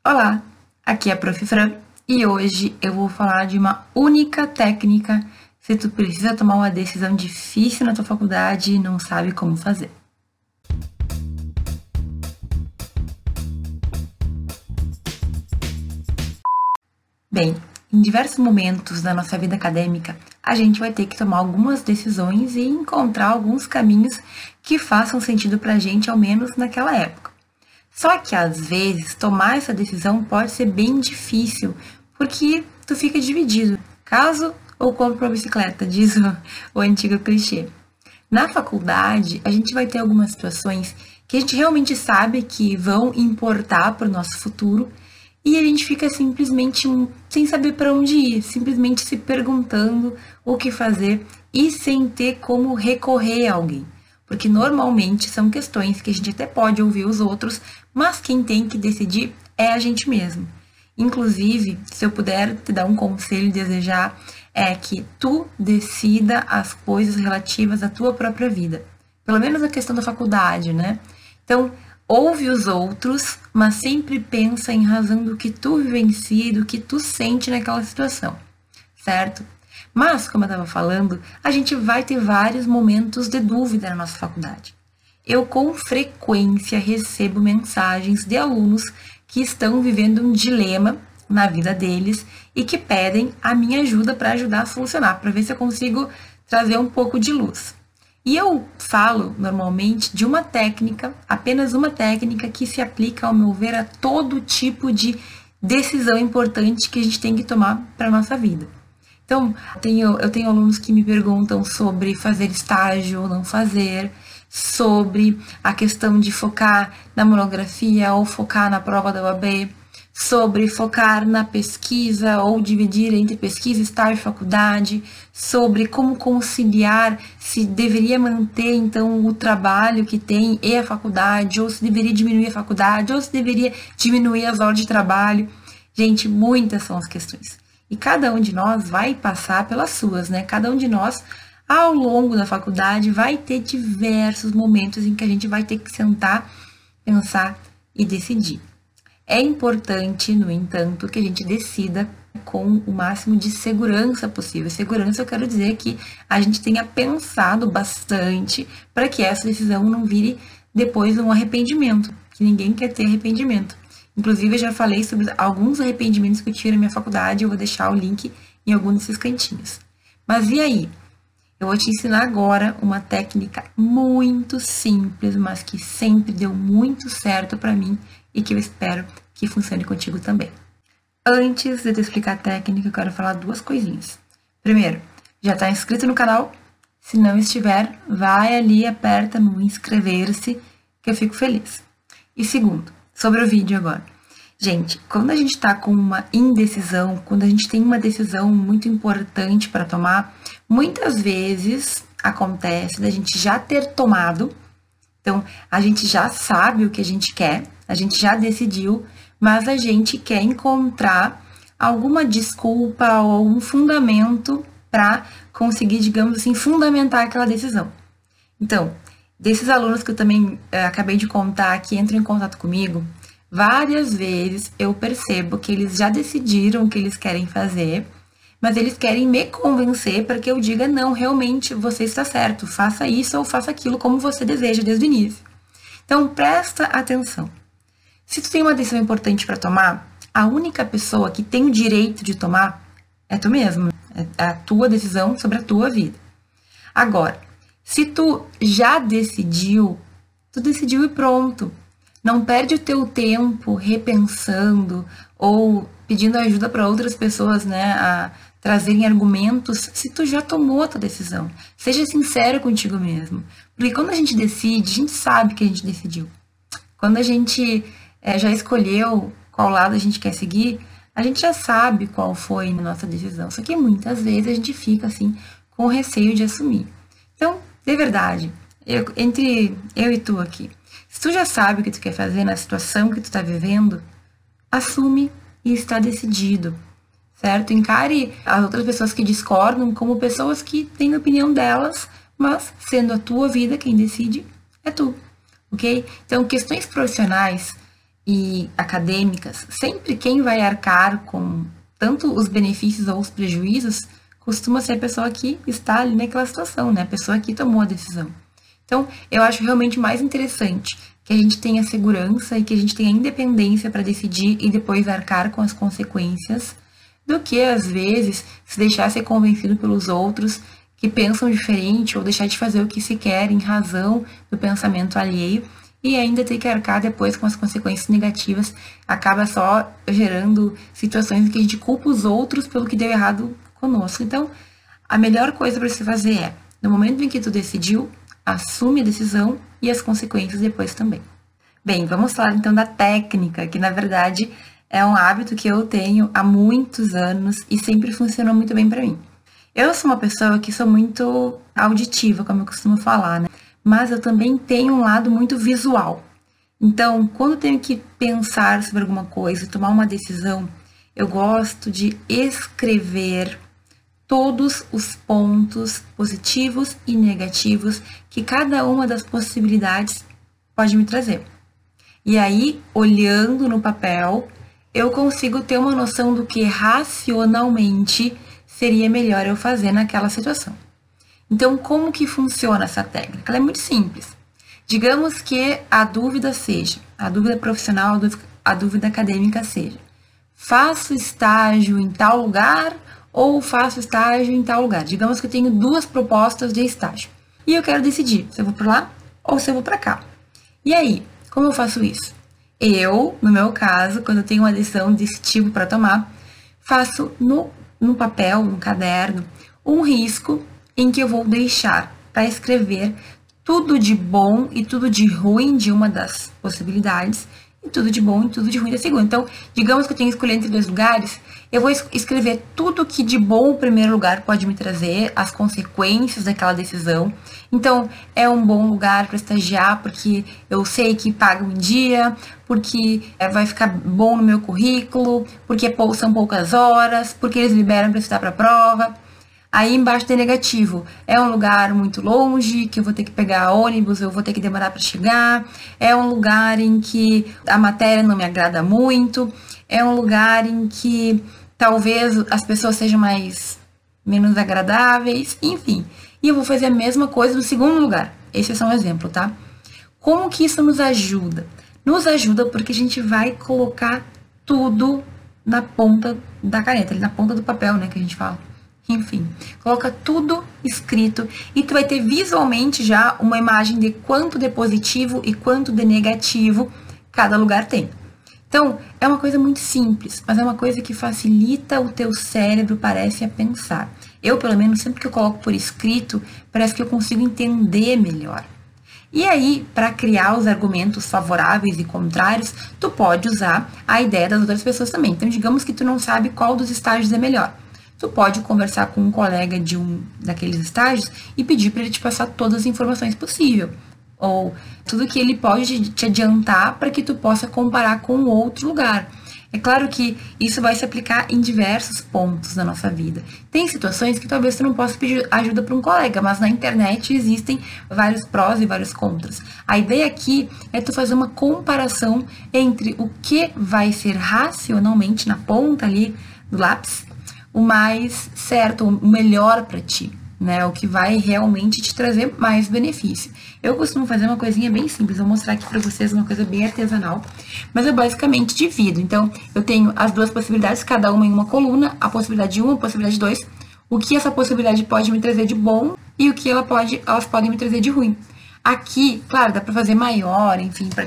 Olá, aqui é a Prof. Fran e hoje eu vou falar de uma única técnica se tu precisa tomar uma decisão difícil na tua faculdade e não sabe como fazer. Bem, em diversos momentos da nossa vida acadêmica, a gente vai ter que tomar algumas decisões e encontrar alguns caminhos que façam sentido pra gente, ao menos naquela época. Só que às vezes tomar essa decisão pode ser bem difícil, porque tu fica dividido, caso ou compro uma bicicleta, diz o antigo clichê. Na faculdade, a gente vai ter algumas situações que a gente realmente sabe que vão importar para o nosso futuro e a gente fica simplesmente sem saber para onde ir, simplesmente se perguntando o que fazer e sem ter como recorrer a alguém. Porque normalmente são questões que a gente até pode ouvir os outros, mas quem tem que decidir é a gente mesmo. Inclusive, se eu puder te dar um conselho e desejar, é que tu decida as coisas relativas à tua própria vida. Pelo menos a questão da faculdade, né? Então, ouve os outros, mas sempre pensa em razão do que tu vivencia e do que tu sente naquela situação, certo? Mas, como eu estava falando, a gente vai ter vários momentos de dúvida na nossa faculdade. Eu, com frequência, recebo mensagens de alunos que estão vivendo um dilema na vida deles e que pedem a minha ajuda para ajudar a solucionar, para ver se eu consigo trazer um pouco de luz. E eu falo normalmente de uma técnica, apenas uma técnica que se aplica, ao meu ver, a todo tipo de decisão importante que a gente tem que tomar para a nossa vida. Então, eu tenho alunos que me perguntam sobre fazer estágio ou não fazer, sobre a questão de focar na monografia ou focar na prova da OAB, sobre focar na pesquisa ou dividir entre pesquisa, estágio e faculdade, sobre como conciliar, se deveria manter então o trabalho que tem e a faculdade, ou se deveria diminuir a faculdade, ou se deveria diminuir as horas de trabalho. Gente, muitas são as questões. E cada um de nós vai passar pelas suas, né? Cada um de nós, ao longo da faculdade, vai ter diversos momentos em que a gente vai ter que sentar, pensar e decidir. É importante, no entanto, que a gente decida com o máximo de segurança possível. Segurança, eu quero dizer que a gente tenha pensado bastante para que essa decisão não vire depois um arrependimento, que ninguém quer ter arrependimento. Inclusive, eu já falei sobre alguns arrependimentos que eu tive na minha faculdade, eu vou deixar o link em algum desses cantinhos. Mas e aí? Eu vou te ensinar agora uma técnica muito simples, mas que sempre deu muito certo para mim e que eu espero que funcione contigo também. Antes de eu te explicar a técnica, eu quero falar duas coisinhas. Primeiro, já está inscrito no canal? Se não estiver, vai ali e aperta no inscrever-se, que eu fico feliz. E segundo, sobre o vídeo agora. Gente, quando a gente está com uma indecisão, quando a gente tem uma decisão muito importante para tomar, muitas vezes acontece da gente já ter tomado, então a gente já sabe o que a gente quer, a gente já decidiu, mas a gente quer encontrar alguma desculpa ou algum fundamento para conseguir, digamos assim, fundamentar aquela decisão. Então, desses alunos que eu também acabei de contar que entram em contato comigo, várias vezes eu percebo que eles já decidiram o que eles querem fazer, mas eles querem me convencer para que eu diga, não, realmente você está certo, faça isso ou faça aquilo como você deseja desde o início. Então, presta atenção. Se tu tem uma decisão importante para tomar, a única pessoa que tem o direito de tomar é tu mesmo, é a tua decisão sobre a tua vida. Agora, se tu já decidiu, tu decidiu e pronto. Não perde o teu tempo repensando ou pedindo ajuda para outras pessoas, né, a trazerem argumentos, se tu já tomou a tua decisão. Seja sincero contigo mesmo. Porque quando a gente decide, a gente sabe que a gente decidiu. Quando a gente já escolheu qual lado a gente quer seguir, a gente já sabe qual foi a nossa decisão. Só que muitas vezes a gente fica assim com receio de assumir. Então, de verdade, entre eu e tu aqui, se tu já sabe o que tu quer fazer na situação que tu tá vivendo, assume e está decidido, certo? Encare as outras pessoas que discordam como pessoas que têm a opinião delas, mas sendo a tua vida, quem decide é tu, ok? Então, questões profissionais, e acadêmicas, sempre quem vai arcar com tanto os benefícios ou os prejuízos costuma ser a pessoa que está ali naquela situação, né? A pessoa que tomou a decisão. Então, eu acho realmente mais interessante que a gente tenha segurança e que a gente tenha independência para decidir e depois arcar com as consequências, do que, às vezes, se deixar ser convencido pelos outros que pensam diferente ou deixar de fazer o que se quer em razão do pensamento alheio e ainda ter que arcar depois com as consequências negativas, acaba só gerando situações em que a gente culpa os outros pelo que deu errado conosco. Então, a melhor coisa para se fazer é, no momento em que tu decidiu, assume a decisão e as consequências depois também. Bem, vamos falar então da técnica, que na verdade é um hábito que eu tenho há muitos anos e sempre funcionou muito bem para mim. Eu sou uma pessoa que sou muito auditiva, como eu costumo falar, né? Mas eu também tenho um lado muito visual. Então, quando eu tenho que pensar sobre alguma coisa, tomar uma decisão, eu gosto de escrever todos os pontos positivos e negativos que cada uma das possibilidades pode me trazer. E aí, olhando no papel, eu consigo ter uma noção do que racionalmente seria melhor eu fazer naquela situação. Então, como que funciona essa técnica? Ela é muito simples. Digamos que a dúvida seja, a dúvida profissional, a dúvida acadêmica seja, faço estágio em tal lugar ou faço estágio em tal lugar? Digamos que eu tenho duas propostas de estágio e eu quero decidir se eu vou para lá ou se eu vou para cá. E aí, como eu faço isso? Eu, no meu caso, quando eu tenho uma decisão desse tipo para tomar, faço no papel, no caderno, um risco em que eu vou deixar para escrever tudo de bom e tudo de ruim de uma das possibilidades e tudo de bom e tudo de ruim da segunda. Então, digamos que eu tenho que escolher entre dois lugares, eu vou escrever tudo que de bom o primeiro lugar pode me trazer, as consequências daquela decisão. Então, é um bom lugar para estagiar porque eu sei que pagam em dia, porque vai ficar bom no meu currículo, porque são poucas horas, porque eles liberam para estudar para a prova. Aí embaixo tem negativo. É um lugar muito longe, que eu vou ter que pegar ônibus, eu vou ter que demorar para chegar. É um lugar em que a matéria não me agrada muito. É um lugar em que talvez as pessoas sejam menos agradáveis, enfim. E eu vou fazer a mesma coisa no segundo lugar. Esse é só um exemplo, tá? Como que isso nos ajuda? Nos ajuda porque a gente vai colocar tudo na ponta da caneta, ali na ponta do papel, né, que a gente fala. Enfim, coloca tudo escrito e tu vai ter visualmente já uma imagem de quanto de positivo e quanto de negativo cada lugar tem. Então, é uma coisa muito simples, mas é uma coisa que facilita o teu cérebro, parece, a pensar. Eu, pelo menos, sempre que eu coloco por escrito, parece que eu consigo entender melhor. E aí, para criar os argumentos favoráveis e contrários, tu pode usar a ideia das outras pessoas também. Então, digamos que tu não sabe qual dos estágios é melhor. Tu pode conversar com um colega de um daqueles estágios e pedir para ele te passar todas as informações possíveis. Ou tudo que ele pode te adiantar para que tu possa comparar com outro lugar. É claro que isso vai se aplicar em diversos pontos da nossa vida. Tem situações que talvez tu não possa pedir ajuda para um colega, mas na internet existem vários prós e vários contras. A ideia aqui é tu fazer uma comparação entre o que vai ser racionalmente na ponta ali do lápis o mais certo, o melhor para ti, né? O que vai realmente te trazer mais benefício. Eu costumo fazer uma coisinha bem simples, vou mostrar aqui para vocês uma coisa bem artesanal, mas eu basicamente divido. Então, eu tenho as duas possibilidades, cada uma em uma coluna, a possibilidade de 1, a possibilidade de 2, o que essa possibilidade pode me trazer de bom e o que elas podem me trazer de ruim. Aqui, claro, dá para fazer maior, enfim, para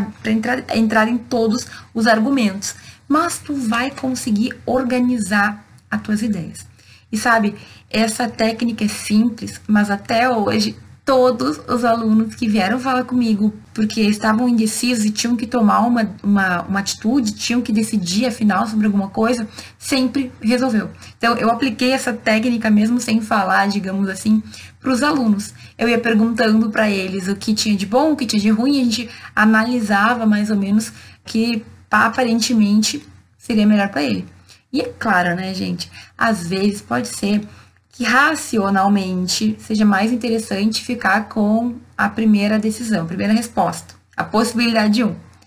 entrar em todos os argumentos, mas tu vai conseguir organizar as tuas ideias. E sabe, essa técnica é simples, mas até hoje todos os alunos que vieram falar comigo porque estavam indecisos e tinham que tomar uma atitude, tinham que decidir afinal sobre alguma coisa, sempre resolveu. Então eu apliquei essa técnica mesmo sem falar, digamos assim, para os alunos. Eu ia perguntando para eles o que tinha de bom, o que tinha de ruim, a gente analisava mais ou menos que aparentemente seria melhor para ele. E é claro, né, gente, às vezes pode ser que racionalmente seja mais interessante ficar com a primeira decisão, a primeira resposta, a possibilidade de 1.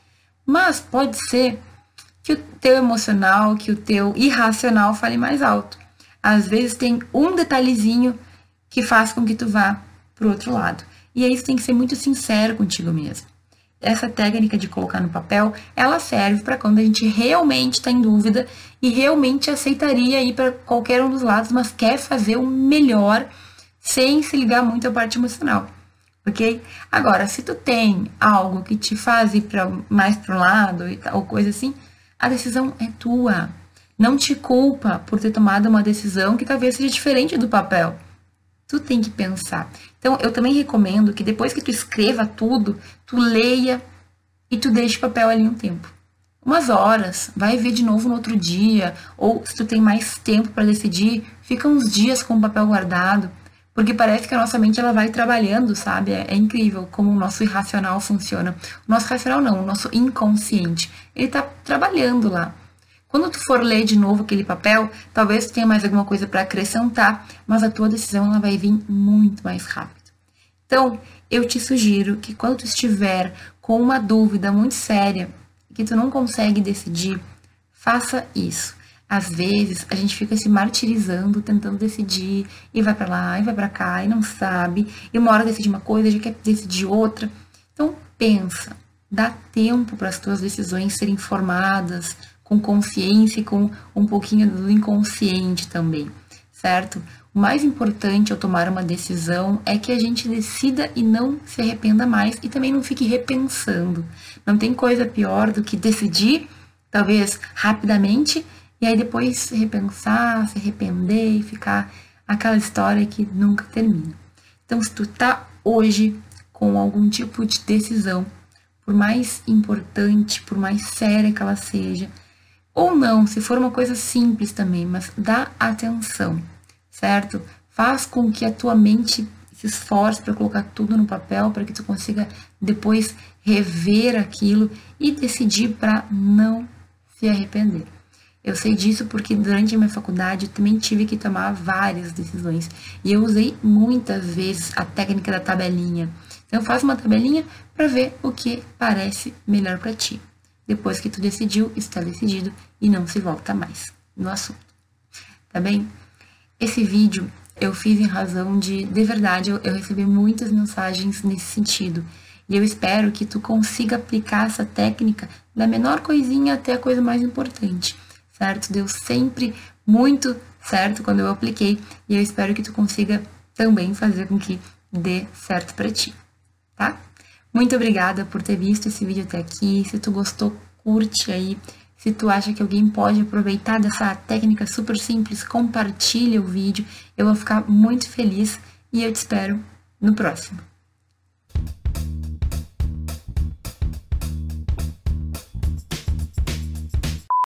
Mas pode ser que o teu emocional, que o teu irracional fale mais alto. Às vezes tem um detalhezinho que faz com que tu vá pro outro lado. E aí você tem que ser muito sincero contigo mesmo. Essa técnica de colocar no papel, ela serve para quando a gente realmente está em dúvida e realmente aceitaria ir para qualquer um dos lados, mas quer fazer o melhor sem se ligar muito à parte emocional, ok? Agora, se tu tem algo que te faz ir mais para um lado ou coisa assim, a decisão é tua. Não te culpa por ter tomado uma decisão que talvez seja diferente do papel. Tu tem que pensar. Então, eu também recomendo que depois que tu escreva tudo, tu leia e tu deixe o papel ali um tempo. Umas horas, vai ver de novo no outro dia, ou se tu tem mais tempo para decidir, fica uns dias com o papel guardado, porque parece que a nossa mente ela vai trabalhando, sabe? É incrível como o nosso irracional funciona. O nosso racional não, o nosso inconsciente. Ele tá trabalhando lá. Quando tu for ler de novo aquele papel, talvez tu tenha mais alguma coisa para acrescentar, mas a tua decisão ela vai vir muito mais rápido. Então, eu te sugiro que quando tu estiver com uma dúvida muito séria, que tu não consegue decidir, faça isso. Às vezes, a gente fica se martirizando, tentando decidir, e vai para lá, e vai para cá, e não sabe, e uma hora decide uma coisa, já quer decidir outra. Então, pensa, dá tempo para as tuas decisões serem formadas, com consciência e com um pouquinho do inconsciente também, certo? O mais importante ao tomar uma decisão é que a gente decida e não se arrependa mais e também não fique repensando. Não tem coisa pior do que decidir, talvez rapidamente, e aí depois repensar, se arrepender e ficar aquela história que nunca termina. Então, se tu tá hoje com algum tipo de decisão, por mais importante, por mais séria que ela seja, ou não, se for uma coisa simples também, mas dá atenção, certo? Faz com que a tua mente se esforce para colocar tudo no papel, para que tu consiga depois rever aquilo e decidir para não se arrepender. Eu sei disso porque durante a minha faculdade eu também tive que tomar várias decisões e eu usei muitas vezes a técnica da tabelinha. Então, faz uma tabelinha para ver o que parece melhor para ti. Depois que tu decidiu, está decidido e não se volta mais no assunto. Tá bem? Esse vídeo eu fiz em razão de verdade, eu recebi muitas mensagens nesse sentido. E eu espero que tu consiga aplicar essa técnica da menor coisinha até a coisa mais importante, certo? Deu sempre muito certo quando eu apliquei e eu espero que tu consiga também fazer com que dê certo para ti, tá? Muito obrigada por ter visto esse vídeo até aqui. Se tu gostou, curte aí. Se tu acha que alguém pode aproveitar dessa técnica super simples, compartilha o vídeo. Eu vou ficar muito feliz e eu te espero no próximo.